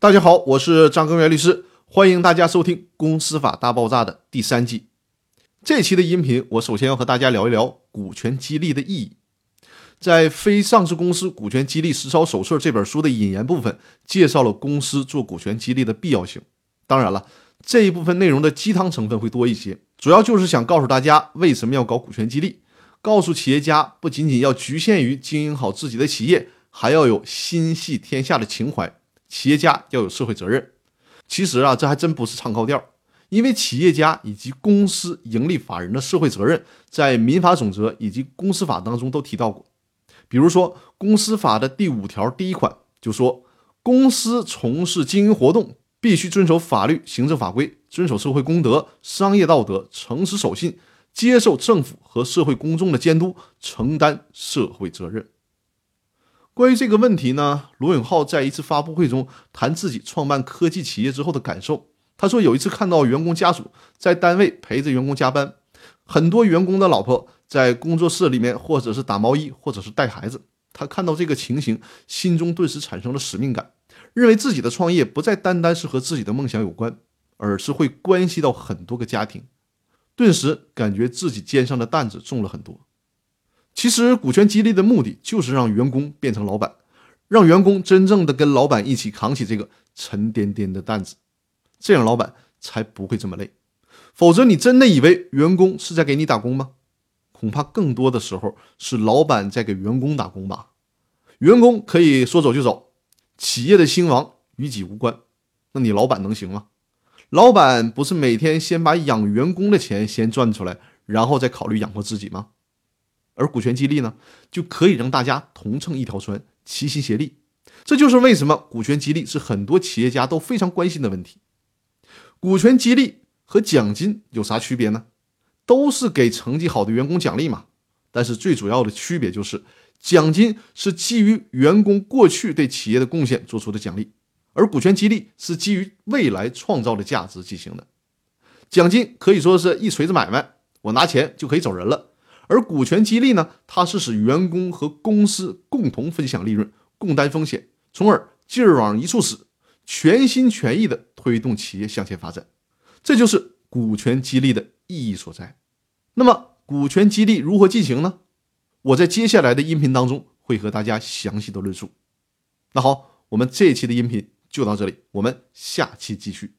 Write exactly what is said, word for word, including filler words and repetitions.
大家好，我是张根源律师，欢迎大家收听《公司法大爆炸》的第三季。这期的音频，我首先要和大家聊一聊股权激励的意义。在《非上市公司股权激励实操手册》这本书的引言部分，介绍了公司做股权激励的必要性。当然了，这一部分内容的鸡汤成分会多一些，主要就是想告诉大家为什么要搞股权激励，告诉企业家不仅仅要局限于经营好自己的企业，还要有心系天下的情怀，企业家要有社会责任。其实啊，这还真不是唱高调，因为企业家以及公司盈利法人的社会责任在民法总则以及公司法当中都提到过。比如说公司法的第五条第一款就说，公司从事经营活动必须遵守法律、行政法规，遵守社会公德、商业道德，诚实守信，接受政府和社会公众的监督，承担社会责任。关于这个问题呢，罗永浩在一次发布会中谈自己创办科技企业之后的感受。他说有一次看到员工家属在单位陪着员工加班，很多员工的老婆在工作室里面或者是打毛衣或者是带孩子，他看到这个情形，心中顿时产生了使命感，认为自己的创业不再单单是和自己的梦想有关，而是会关系到很多个家庭，顿时感觉自己肩上的担子重了很多。其实股权激励的目的就是让员工变成老板，让员工真正的跟老板一起扛起这个沉甸甸的担子，这样老板才不会这么累。否则你真的以为员工是在给你打工吗？恐怕更多的时候是老板在给员工打工吧。员工可以说走就走，企业的兴亡与己无关，那你老板能行吗？老板不是每天先把养员工的钱先赚出来，然后再考虑养活自己吗？而股权激励呢，就可以让大家同乘一条船，齐心协力。这就是为什么股权激励是很多企业家都非常关心的问题。股权激励和奖金有啥区别呢？都是给成绩好的员工奖励嘛，但是最主要的区别就是奖金是基于员工过去对企业的贡献做出的奖励，而股权激励是基于未来创造的价值进行的。奖金可以说是一锤子买卖，我拿钱就可以走人了，而股权激励呢，它是使员工和公司共同分享利润，共担风险，从而劲儿往一处使，全心全意地推动企业向前发展。这就是股权激励的意义所在。那么股权激励如何进行呢？我在接下来的音频当中会和大家详细的论述。那好，我们这一期的音频就到这里，我们下期继续。